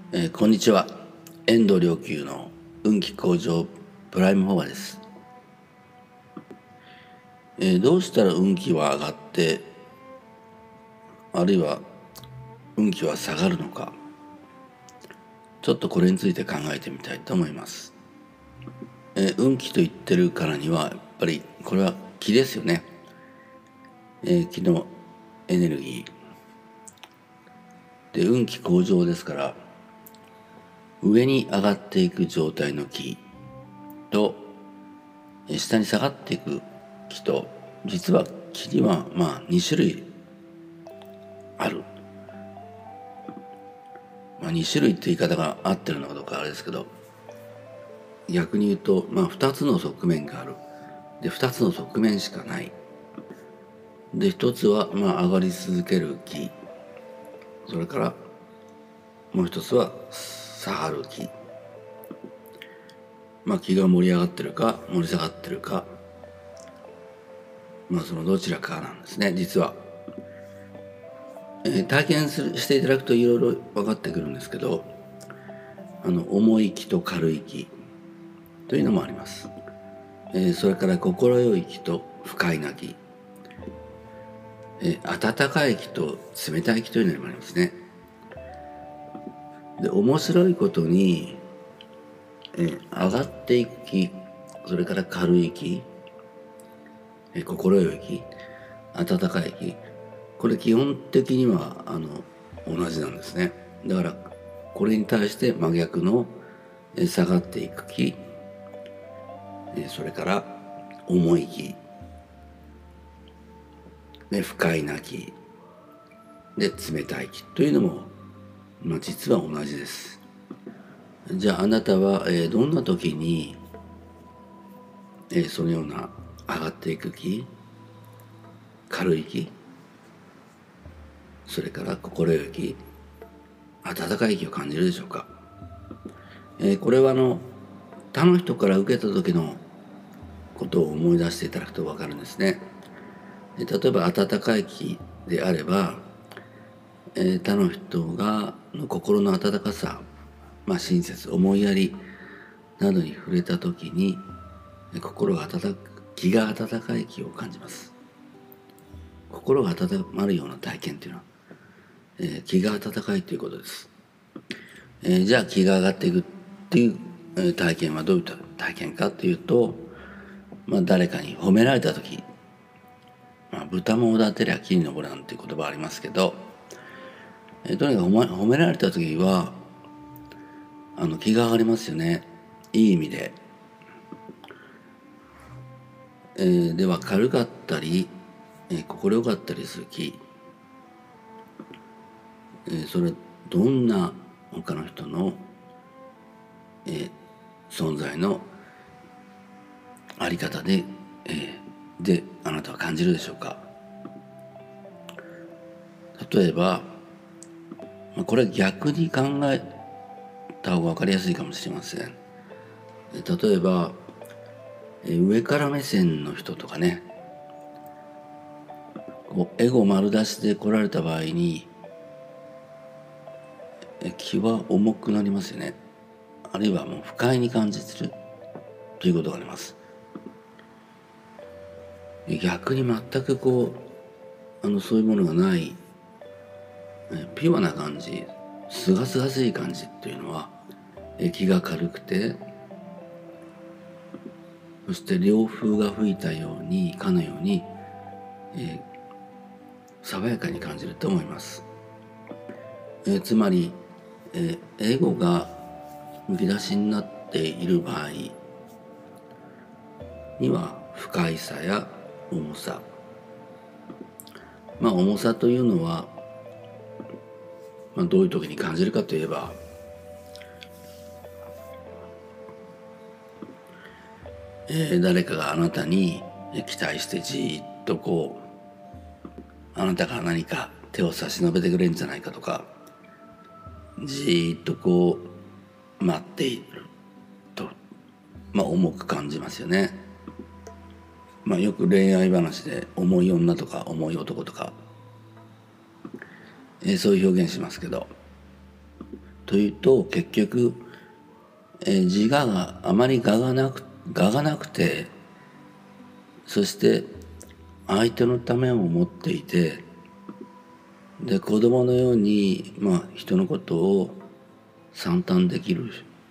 こんにちは。遠藤良久の運気向上プライムフォアです。どうしたら運気は上がって、あるいは運気は下がるのか、ちょっとこれについて考えてみたいと思います。運気と言ってるからにはやっぱりこれは気ですよね。気のエネルギーで、運気向上ですから、上に上がっていく状態の気と下に下がっていく気と、実は気には2種類ある。2種類って言い方が合ってるのかどうかあれですけど、逆に言うと2つの側面がある。で2つの側面しかない。で一つは上がり続ける気、それからもう一つは下がる気。気が盛り上がってるか盛り下がってるか、そのどちらかなんですね、実は。体験していただくといろいろ分かってくるんですけど、重い気と軽い気というのもあります。それから心よい気と不快な気、温かい気と冷たい気というのもありますね。で面白いことに、上がっていく気、それから軽い気、心よい気、温かい気、これ基本的には同じなんですね。だからこれに対して真逆の下がっていく気、それから重い気で不快な気で冷たい気というのも、実は同じです。じゃああなたはどんな時にそのような上がっていく気、軽い気、それから心よい気、温かい気を感じるでしょうか。これは他の人から受けた時のことを思い出していただくと分かるんですね。例えば温かい気であれば、他の人の心の温かさ、親切、思いやりなどに触れた時に気が温かい気を感じます。心が温まるような体験というのは、気が温かいということです。じゃあ気が上がっていくっていう体験はどういった体験かというと、誰かに褒められた時、豚もおだてりゃ木に登るなんていう言葉ありますけど、とにかく褒められた時は気が上がりますよね、いい意味で。では軽かったり、心よかったりする気、それどんな他の人の、存在のあり方で、あなたは感じるでしょうか。例えば、これ逆に考えた方が分かりやすいかもしれません。例えば、上から目線の人とかね、エゴ丸出しで来られた場合に気は重くなりますよね。あるいは不快に感じるということがあります。逆に全くそういうものがないピュアな感じ、すがすがしい感じっていうのは気が軽くて、そして涼風が吹いたようにかのように、爽やかに感じると思います。つまり、エゴがむき出しになっている場合には不快さや重さ、重さというのは、どういう時に感じるかといえば、誰かがあなたに期待してじっとあなたから何か手を差し伸べてくれるんじゃないかとか、じっと待っていると、重く感じますよね。よく恋愛話で重い女とか重い男とか、そういう表現しますけど、とというと結局、自我があまり我がなくて、そして相手のためを思っていて、で子供のように、人のことを惨憺できる、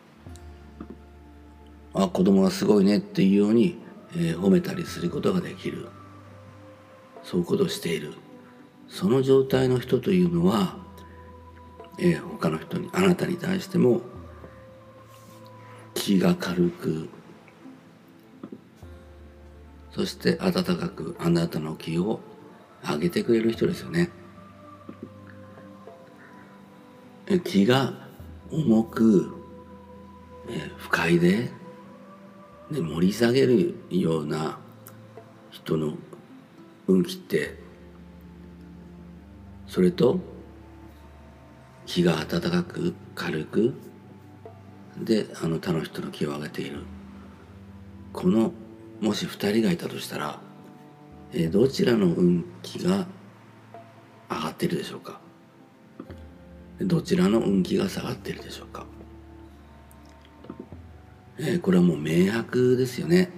子供がすごいねっていうように、褒めたりすることができる、そういうことをしている、その状態の人というのは、他の人に、あなたに対しても気が軽く、そして温かくあなたの気を上げてくれる人ですよね。気が重く、不快で盛り下げるような人の運気って、それと気が温かく軽くで他の人の気を上げている、このもし2人がいたとしたら、どちらの運気が上がっているでしょうか、どちらの運気が下がっているでしょうか。これはもう明白ですよね。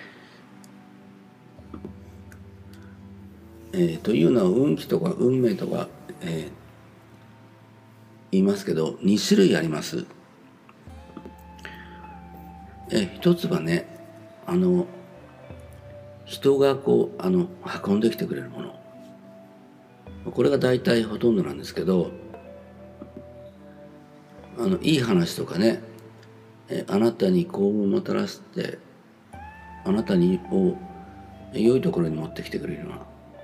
というのは運気とか運命とか、言いますけど2種類あります。一つはね、人が運んできてくれるもの、これが大体ほとんどなんですけど、いい話とかね、あなたに幸運をもたらして、あなたを良いところに持ってきてくれるよ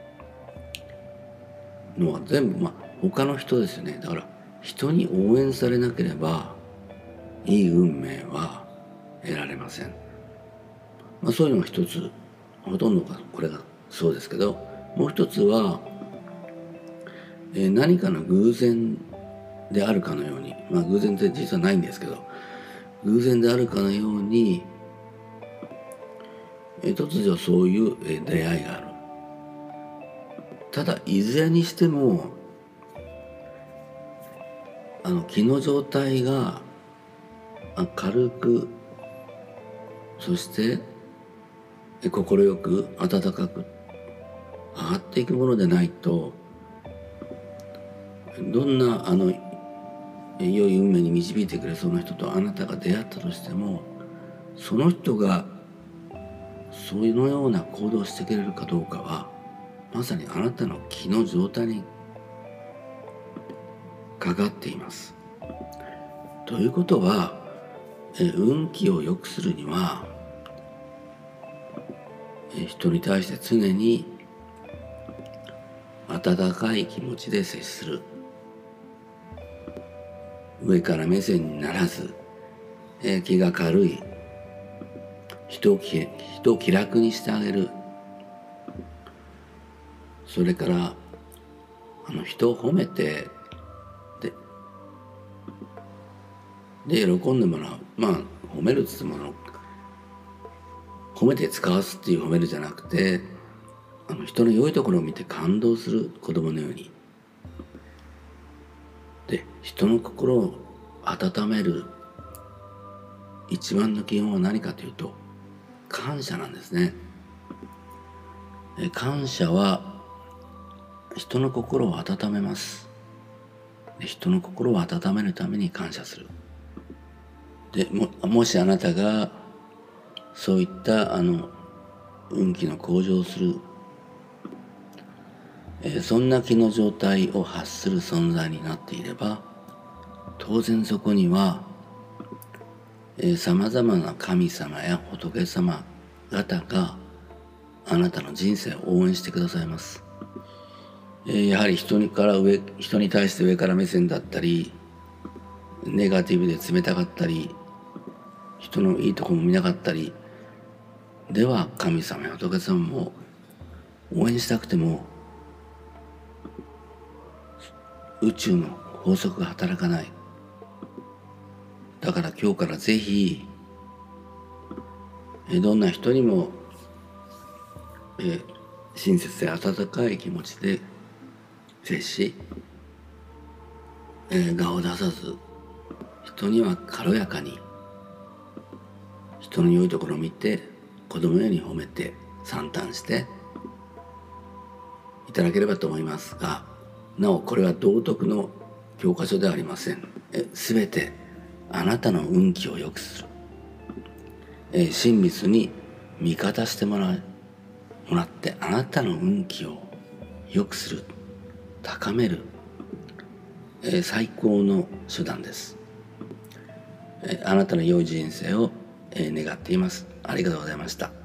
うなのは全部他の人ですよね。だから人に応援されなければいい運命は得られません。そういうのが一つ、ほとんどがこれがそうですけど、もう一つは、何かの偶然であるかのように、偶然って実はないんですけど、偶然であるかのように、突如そういう出会いがある。ただいずれにしても気の状態が軽く、そして快く温かく上がっていくものでないと、どんな良い運命に導いてくれそうな人とあなたが出会ったとしても、その人がそのような行動をしてくれるかどうかはまさにあなたの気の状態にかかっています。ということは、運気を良くするには、人に対して常に温かい気持ちで接する、上から目線にならず、気が軽い、人を気楽にしてあげる、それから人を褒めてで喜んでもらう。褒めるっつっても褒めて使わすっていう褒めるじゃなくて、人の良いところを見て感動する子供のように。で人の心を温める一番の基本は何かというと感謝なんですね。感謝は人の心を温めます。人の心を温めるために感謝する。で もしあなたがそういった運気の向上する、そんな気の状態を発する存在になっていれば、当然そこにはさまざまな神様や仏様方があなたの人生を応援してくださいます。やはり人に対して上から目線だったり、ネガティブで冷たかったり、人のいいところも見なかったりでは、神様や仏様も応援したくても宇宙の法則が働かない。だから今日からぜひどんな人にも親切で温かい気持ちで接し、我を出さず人には軽やかに、人の良いところを見て子供のように褒めて賛嘆していただければと思いますが、なおこれは道徳の教科書ではありません。すべてあなたの運気を良くする、親密に味方してもらってあなたの運気を良くする、高める、最高の手段です。あなたの良い人生を願っています。ありがとうございました。